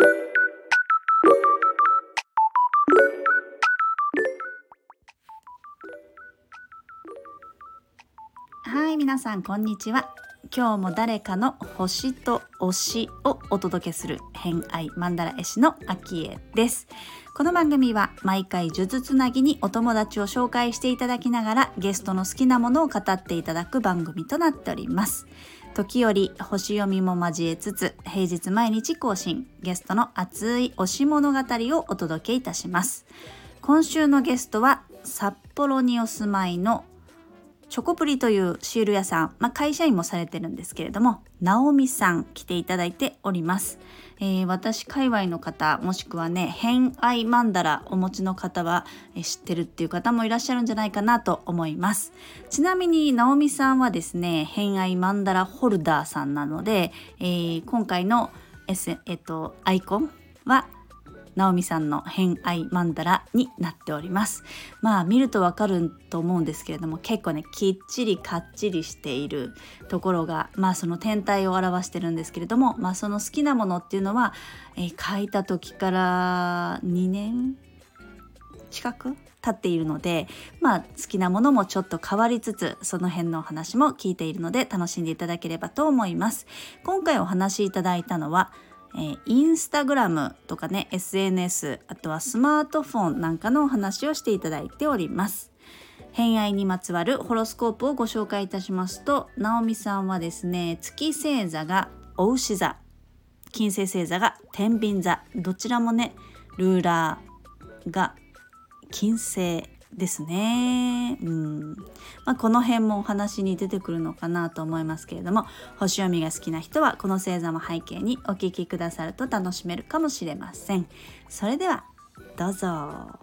はい、皆さんこんにちは。今日も誰かの星と推しをお届けする偏愛マンダラ絵師のあきえです。この番組は毎回数珠つなぎにお友達を紹介していただきながらゲストの好きなものを語っていただく番組となっております。時折星読みも交えつつ平日毎日更新、ゲストの熱い推し物語をお届けいたします。今週のゲストは札幌にお住まいのチョコプリというシール屋さん、会社員もされてるんですけれども、ナオミさん来ていただいております。私界隈の方、もしくはね偏愛マンダラお持ちの方は知ってるっていう方もいらっしゃるんじゃないかなと思います。ちなみにナオミさんはですね、偏愛マンダラホルダーさんなので、今回の、アイコンはナオミさんの偏愛マンダラになっております。見るとわかると思うんですけれども、結構ねきっちりかっちりしているところがその天体を表してるんですけれども、その好きなものっていうのは、描いた時から2年近く経っているので、好きなものもちょっと変わりつつ、その辺のお話も聞いているので楽しんでいただければと思います。今回お話しいただいたのはインスタグラムとかね SNS、 あとはスマートフォンなんかのお話をしていただいております。偏愛にまつわるホロスコープをご紹介いたしますと、ナオミさんはですね、月星座が牡牛座、金星星座が天秤座、どちらもねルーラーが金星ですね。この辺もお話に出てくるのかなと思いますけれども、星読みが好きな人はこの星座も背景にお聞きくださると楽しめるかもしれません。それではどうぞ。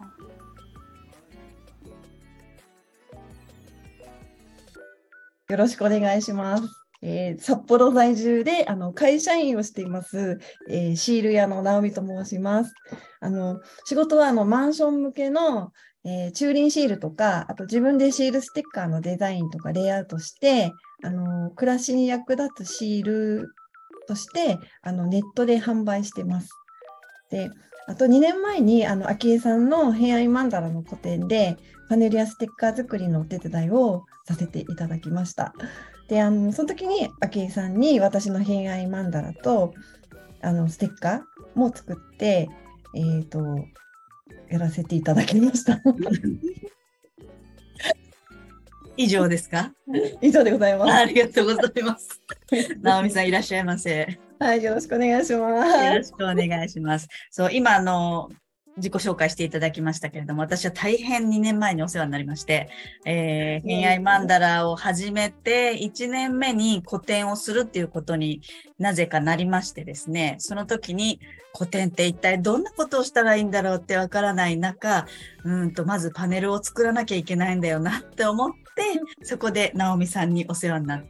よろしくお願いします。札幌在住で会社員をしています、シール屋のナオミと申します。仕事はマンション向けの、駐輪シールとか、あと自分でシールステッカーのデザインとかレイアウトして、暮らしに役立つシールとしてネットで販売してます。で、あと2年前に昭恵さんの偏愛マンダラの個展でパネルやステッカー作りのお手伝いをさせていただきました。で、その時に昭恵さんに私の偏愛マンダラとステッカーも作ってやらせていただきました以上ですか？ 以上でございます。 ありがとうございます。ナオミさんいらっしゃいませ。 はい、よろしくお願いします。 よろしくお願いします。そう、今自己紹介していただきましたけれども、私は大変2年前にお世話になりまして、偏愛マンダラを始めて1年目に個展をするっていうことになぜかなりましてですね、その時に個展って一体どんなことをしたらいいんだろうってわからない中、まずパネルを作らなきゃいけないんだよなって思って、そこでナオミさんにお世話になって、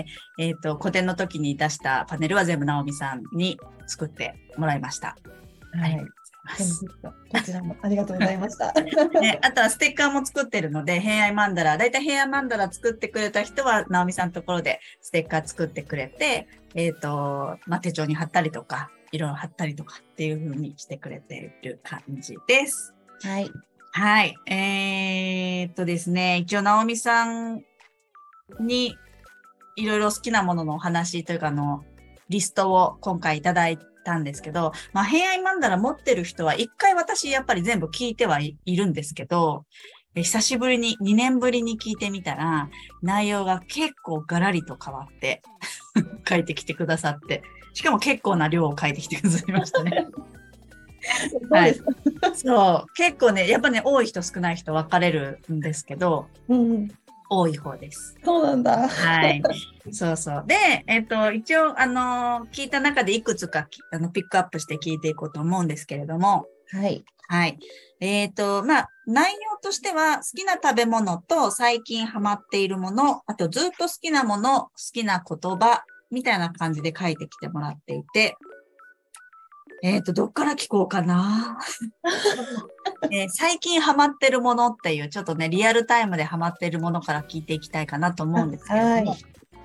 個展の時に出したパネルは全部ナオミさんに作ってもらいました。 はい。こちらもありがとうございました。 あとはステッカーも作ってるので、偏愛マンダラ、だいたい偏愛マンダラ作ってくれた人は、ナオミさんのところでステッカー作ってくれて、手帳に貼ったりとか、いろいろ貼ったりとかっていう風にしてくれている感じです。 はい。 はい。ですね、一応ナオミさんにいろいろ好きなもののお話というかリストを今回いただいたんですけど、偏愛マンダラ持ってる人は一回私やっぱり全部聞いてはいるんですけど、久しぶりに2年ぶりに聞いてみたら内容が結構ガラリと変わって書いてきてくださって、しかも結構な量を書いてきてくださいましたね。はい。そう。結構ね、やっぱね、多い人少ない人分かれるんですけど、多い方です。 そうなんだ。 はい。そうそう。で、一応、聞いた中でいくつか、ピックアップして聞いていこうと思うんですけれども。 はい。 はい。内容としては、好きな食べ物と最近ハマっているもの、あとずっと好きなもの、好きな言葉、みたいな感じで書いてきてもらっていて、どっから聞こうかな。最近ハマってるものっていう、ちょっとね、リアルタイムでハマってるものから聞いていきたいかなと思うんですけれども、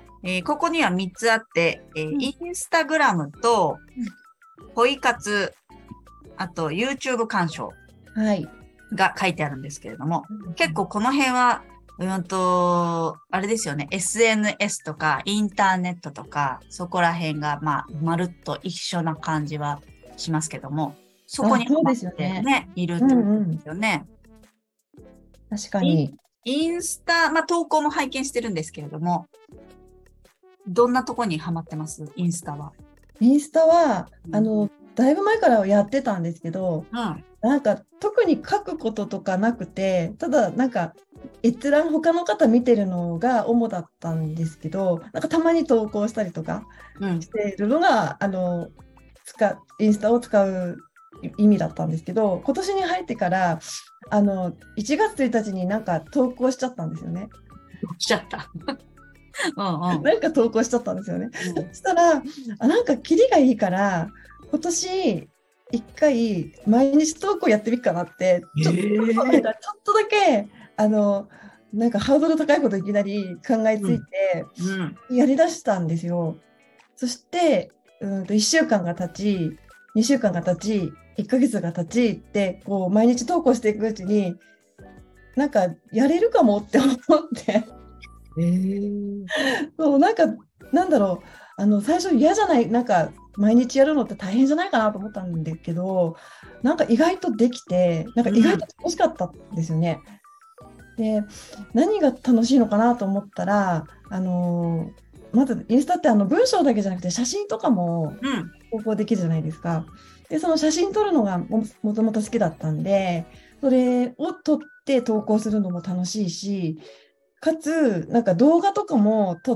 ここには3つあって、インスタグラムと、ポイ活、 あと YouTube 鑑賞はい。 が書いてあるんですけれども、結構この辺は、あれですよね、SNS とかインターネットとか、そこら辺が、まあ、まるっと一緒な感じはしますけども、そこにハそうでマってすよね。 ね、いるっうんてことでうん。 すよね。 確かインに。 インスタ、まあ、投稿も拝見してるんですけれども、どんなとこにハマってますインスタは？ インスタは、 うん。 だいぶ前からはやってたんですけど、 うん。 なんか特に書くこととかなくて、ただなんか閲覧他の方見てるのが主だったんですけど、なんかたまに投稿したりとかうん。 しているのが、インスタを使う意味だったんですけど、今年に入ってから、1月1日になんか投稿しちゃったんですよね。 しちゃった。うんなんか投稿しちゃったんですよね。 うん。 そしたら、なんかキリがいいから、今年一回毎日投稿やってみっかなって、ちょっとなんええ。 かちょっとだけ、なんかハードル高いこといきなり考えついうん。 てうん。 やりだしたんですよ。そして、1週間が経ち、2週間が経ち、1ヶ月が経ちって、こう毎日投稿していくうちに、なんかやれるかもって思って、 ええ。 そう、なんか、なんだろう、最初嫌じゃない、なんか、毎日やるのって大変じゃないかなと思ったんだけど、なんか意外とできて、なんか意外うん。 と楽しかったんですよね。で、何が楽しいのかなと思ったら、まずインスタって文章だけじゃなくて写真とかもうん。 投稿できるじゃないですか。で、その写真撮るのがもともと好きだったんで、それを撮って投稿するのも楽しいし、かつ、なんか動画とかも撮って、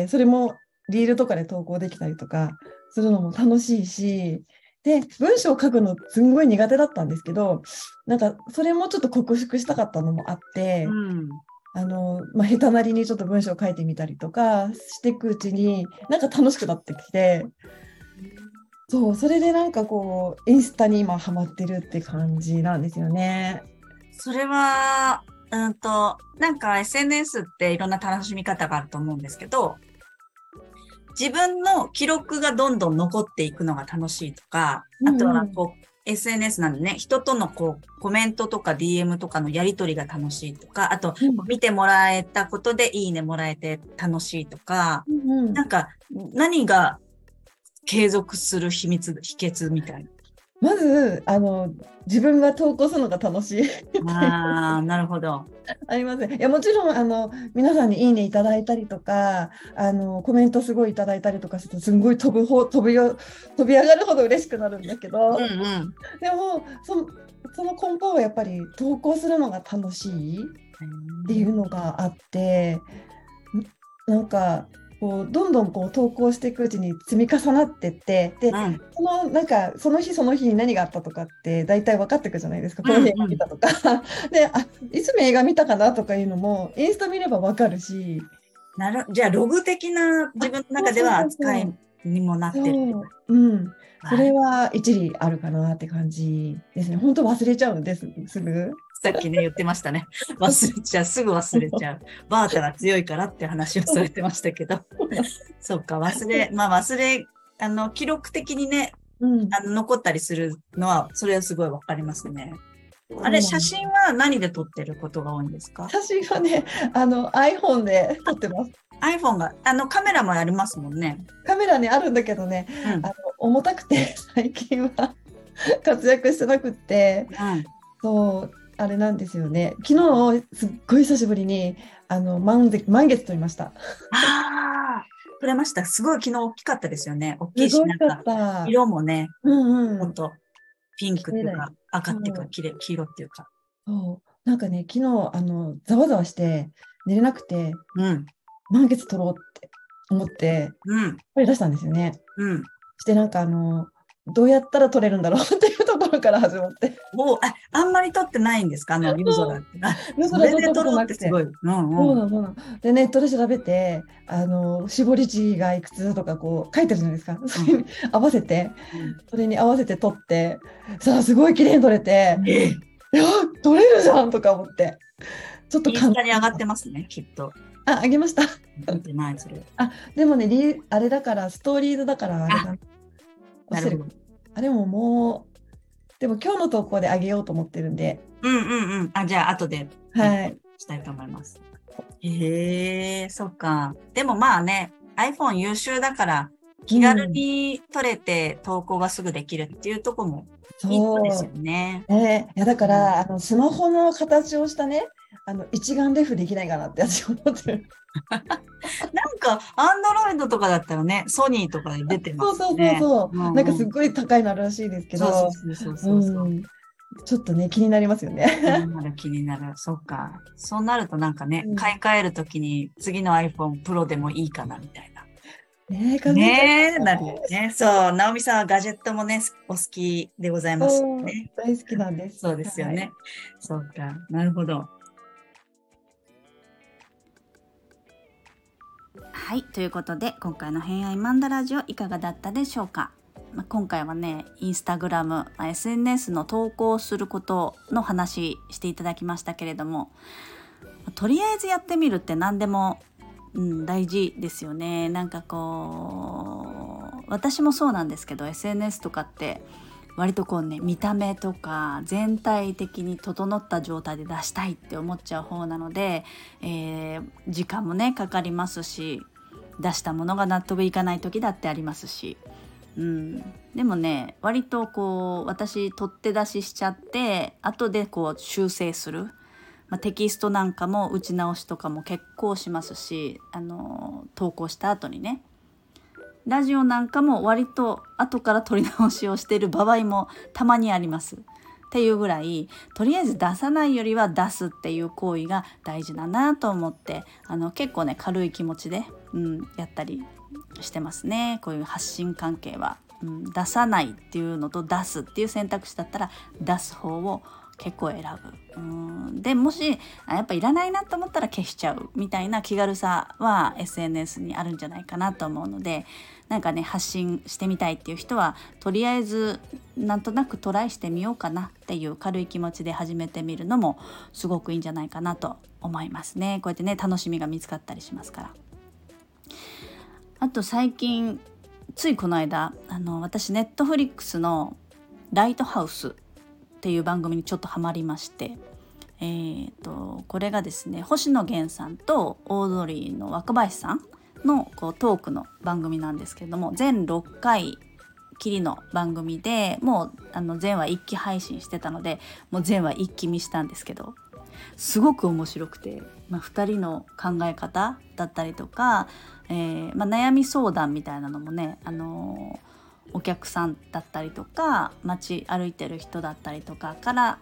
それもリールとかで投稿できたりとかするのも楽しいし、で、文章を書くのすんごい苦手だったんですけど、なんかそれもちょっと克服したかったのもあっうて、 ん。 下手なりにちょっと文章を書いてみたりとかしていくうちに、なんか楽しくなってきて、そう、それでなんかこう、インスタに今ハマってるって感じなんですよね。 それは、なんか SNS っていろんな楽しみ方があると思うんですけど、自分の記録がどんどん残っていくのが楽しいとか、 うあとんうん。 はこう、SNS なんでね、人とのこう、コメントとか DM とかのやりとりが楽しいとか、あと、 うん見てもらえたことでいいねもらえて楽しいとか、 うんうん。 なんか、何が継続する秘訣みたいまず、自分が投稿するのが楽しいっていうな。ああ、なるほど。 ありますね。いや、もちろん、皆さんにいいねいただいたりとか、コメントすごいいただいたりとかすると、すんごい飛び上がるほど嬉しくなるんだけうんど、 うん。 でも、その根本はやっぱり投稿するのが楽しいっていうのがあって、なんかこうどんどんこう投稿していくうちに積み重なってって、で、 うん。 なんかその日その日に何があったとかって大体分かってくるじゃないですか。 うこの日映んうん。 画見たとかで、いつの映画見たかなとかいうのもインスタ見れば分かるし、 じゃあ、ログ的な自分の中ではそうそうそう扱いそうにもなってる。 そう、うん、そはい。 れは一理あるかなって感じですね。本当忘れちゃうんです、すぐ。 さっきね、言ってましたね。忘れちゃう。すぐ忘れちゃう。バータが強いからって話をされてましたけど。そっか、まあ記録的にね、 うん、 残ったりするのは、それはすごいわかりますね。あれ、 そうなんです。 写真は何で撮ってることが多いんですか？ 写真はね、iPhone で撮ってます。 iPhone が、カメラもありますもんね。 カメラにあるんだけどね、 うん。 重たくて最近は活躍してなくって、 うん。 そう、あれなんですよね。昨日、すっごい久しぶりに、満月撮りました。 ああ、撮れました。すごい昨日大きかったですよね。大きいし、 すごかっなんか、 た。 色もね、 うんうん。 ほんと、ピンクっていうか、赤っていうか、 そう、 黄色っていうか。 そう。なんかね、昨日、ざわざわして寝れなくて、 うん。 満月撮ろうって思って、 うん。 これ出したんですよね。 うん。 してなんかどうやったら撮れるんだろうっていうところから始まって。 あんまり撮ってないんですか夜空そう。 って。あ、 夜それ空撮ったこで撮ろうっとなくて。 てすごい。うんうん。 そうなの、そうなの。で、ネットで調べて、絞り値がいくつとかこう書いてるじゃないですか。 うん。 それに合わせて、 うん。 それに合わせて撮って、さあ、すごい綺麗に撮れて、 ええ。 いや、撮れるじゃんとか思って、ちょっとインス感タに上がっ動した。 てますね、きっと。 あげました。 見てない、それ。 でもね、あれだから、ストーリーズだから、あれあ、 が落ちてる。 なるほど。 あれももでも今日の投稿であげようと思ってるんで。 じゃあ後で、 はい。 したいと思います。へえ、そっか。でもまあね、iPhone 優秀だから気軽に撮れて投稿がすぐできるっていうところもいいとこですよそう。 ね。 いやだから、スマホの形をしたね、一眼レフできないかなって私思ってる。 なんか、アンドロイドとかだったらね、ソニーとかで出てまそうそうそうすね。 そう。なんかすっごい高いのあるらしいですけそうそうど、 そうそうそうそう。 うん、ちょっとね、気になりますよね。 気になる気になる。そっか。そうなるとなんかね、 うん、 買い替えるときに次の iPhone Pro でもいいかなみたいな。 ね、考えちゃいねえ、なるよますね。 ね。そう、直美さんはガジェットもね、お好きでございますそう、 ね。 大好きなんです。 そうですよはい。 ね。そうか。なるほど。はい、ということで今回の偏愛マンダラジオいかがだったでしょうか。今回はね、インスタグラム、SNS の投稿することの話していただきましたけれども、とりあえずやってみるって何でも、大事ですよね。なんかこう、私もそうなんですけど、 SNS とかって割とこうね、見た目とか全体的に整った状態で出したいって思っちゃう方なので、時間もねかかりますし、出したものが納得いかない時だってありますし、でもね、割とこう私取って出ししちゃって後でこう修正する、テキストなんかも打ち直しとかも結構しますし、投稿した後にね、ラジオなんかも割と後から撮り直しをしている場合もたまにありますっていうぐらい、とりあえず出さないよりは出すっていう行為が大事だなと思って、結構ね軽い気持ちで、やったりしてますね。こういう発信関係は、出さないっていうのと出すっていう選択肢だったら出す方を結構選ぶ。でもしやっぱいらないなと思ったら消しちゃうみたいな気軽さは SNS にあるんじゃないかなと思うので、なんかね発信してみたいっていう人はとりあえずなんとなくトライしてみようかなっていう軽い気持ちで始めてみるのもすごくいいんじゃないかなと思いますね。こうやってね楽しみが見つかったりしますから。あと最近ついこの間私ネットフリックスのライトハウスっていう番組にちょっとハマりまして、これがですね、星野源さんとオードリーの若林さんのこうトークの番組なんですけれども、全6回きりの番組で、もう前話一気配信してたのでもう前話一気見したんですけど、すごく面白くて、2人の考え方だったりとか、悩み相談みたいなのもね、お客さんだったりとか街歩いてる人だったりとかから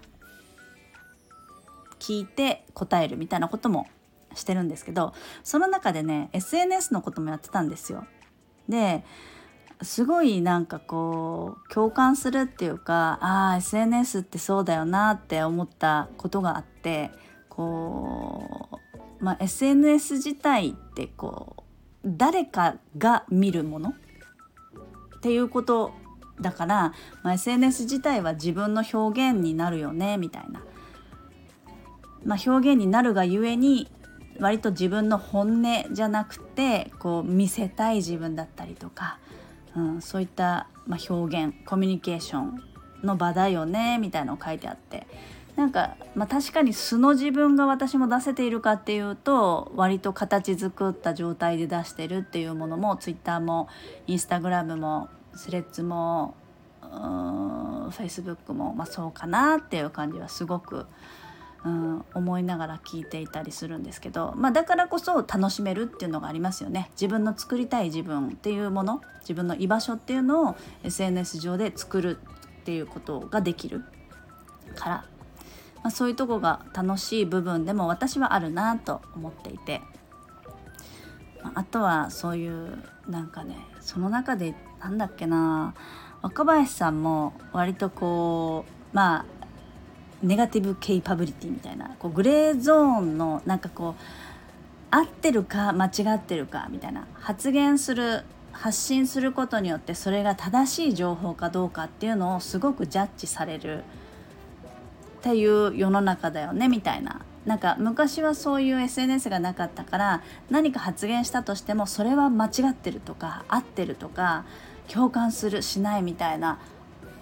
聞いて答えるみたいなこともしてるんですけど、その中でね SNS のこともやってたんですよ。ですごいなんかこう共感するっていうか、SNS ってそうだよなって思ったことがあって、こう、SNS 自体ってこう誰かが見るものっていうことだから、SNS 自体は自分の表現になるよねみたいな、表現になるがゆえに割と自分の本音じゃなくてこう見せたい自分だったりとか、そういった、表現コミュニケーションの場だよねみたいなのを書いてあって、なんか、確かに素の自分が私も出せているかっていうと割と形作った状態で出してるっていうものも Twitter も Instagram もスレッズもFacebook も、そうかなっていう感じはすごく、思いながら聞いていたりするんですけど、だからこそ楽しめるっていうのがありますよね。自分の作りたい自分っていうもの、自分の居場所っていうのを SNS 上で作るっていうことができるから、そういうとこが楽しい部分でも私はあるなと思っていて、あとはそういうなんかね、その中でなんだっけな、若林さんも割とこうネガティブケイパビリティみたいな、こうグレーゾーンのなんかこう合ってるか間違ってるかみたいな、発信することによってそれが正しい情報かどうかっていうのをすごくジャッジされるっていう世の中だよねみたいな。なんか昔はそういう SNS がなかったから何か発言したとしてもそれは間違ってるとか合ってるとか共感するしないみたいな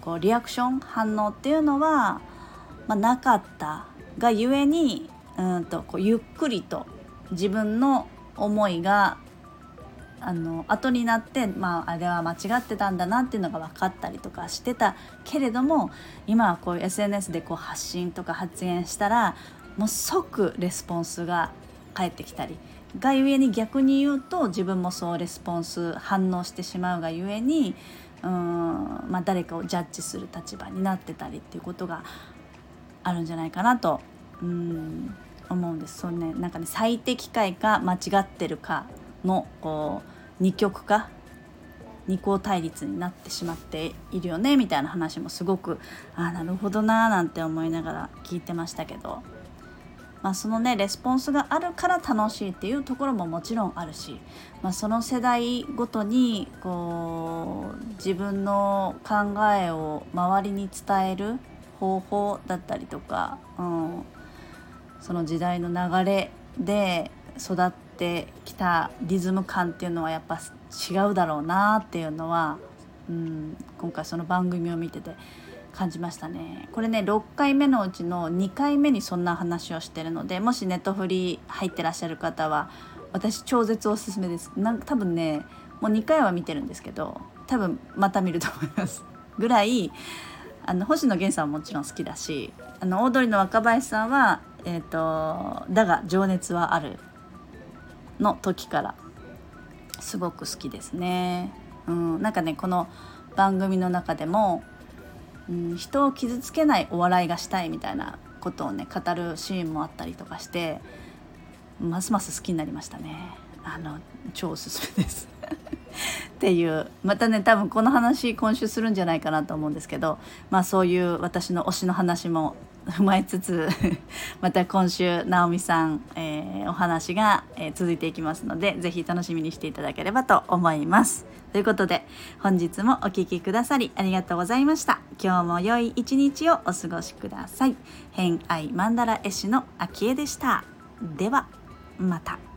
こうリアクション反応っていうのは、なかったがゆえにこうゆっくりと自分の思いが後になって、あれは間違ってたんだなっていうのが分かったりとかしてたけれども、今はこういう SNS でこう発信とか発言したらもう即レスポンスが返ってきたりがゆえに、逆に言うと自分もそうレスポンス反応してしまうがゆえに誰かをジャッジする立場になってたりっていうことがあるんじゃないかなと思うんです。そうね、なんかね、最適解か間違ってるかのこう二極化二項対立になってしまっているよねみたいな話もすごくなるほどななんて思いながら聞いてましたけど、そのねレスポンスがあるから楽しいっていうところももちろんあるし、その世代ごとにこう自分の考えを周りに伝える方法だったりとか、その時代の流れで育ってきたリズム感っていうのはやっぱ違うだろうなっていうのは、今回その番組を見てて感じましたね。これね6回目のうちの2回目にそんな話をしてるので、もしネットフリ入ってらっしゃる方は私超絶おすすめです。多分ねもう2回は見てるんですけど、多分また見ると思いますぐらい星野源さんはもちろん好きだし、オードリーの若林さんはだが情熱はあるの時からすごく好きですね。なんかねこの番組の中でも、人を傷つけないお笑いがしたいみたいなことをね語るシーンもあったりとかして、ますます好きになりましたね。超おすすめですっていう、またね多分この話今週するんじゃないかなと思うんですけど、そういう私の推しの話も踏まえつつまた今週直美さん、お話が、続いていきますので、ぜひ楽しみにしていただければと思います。ということで本日もお聞きくださりありがとうございました。今日も良い一日をお過ごしください。偏愛マンダラ絵師のあきえでした。ではまた。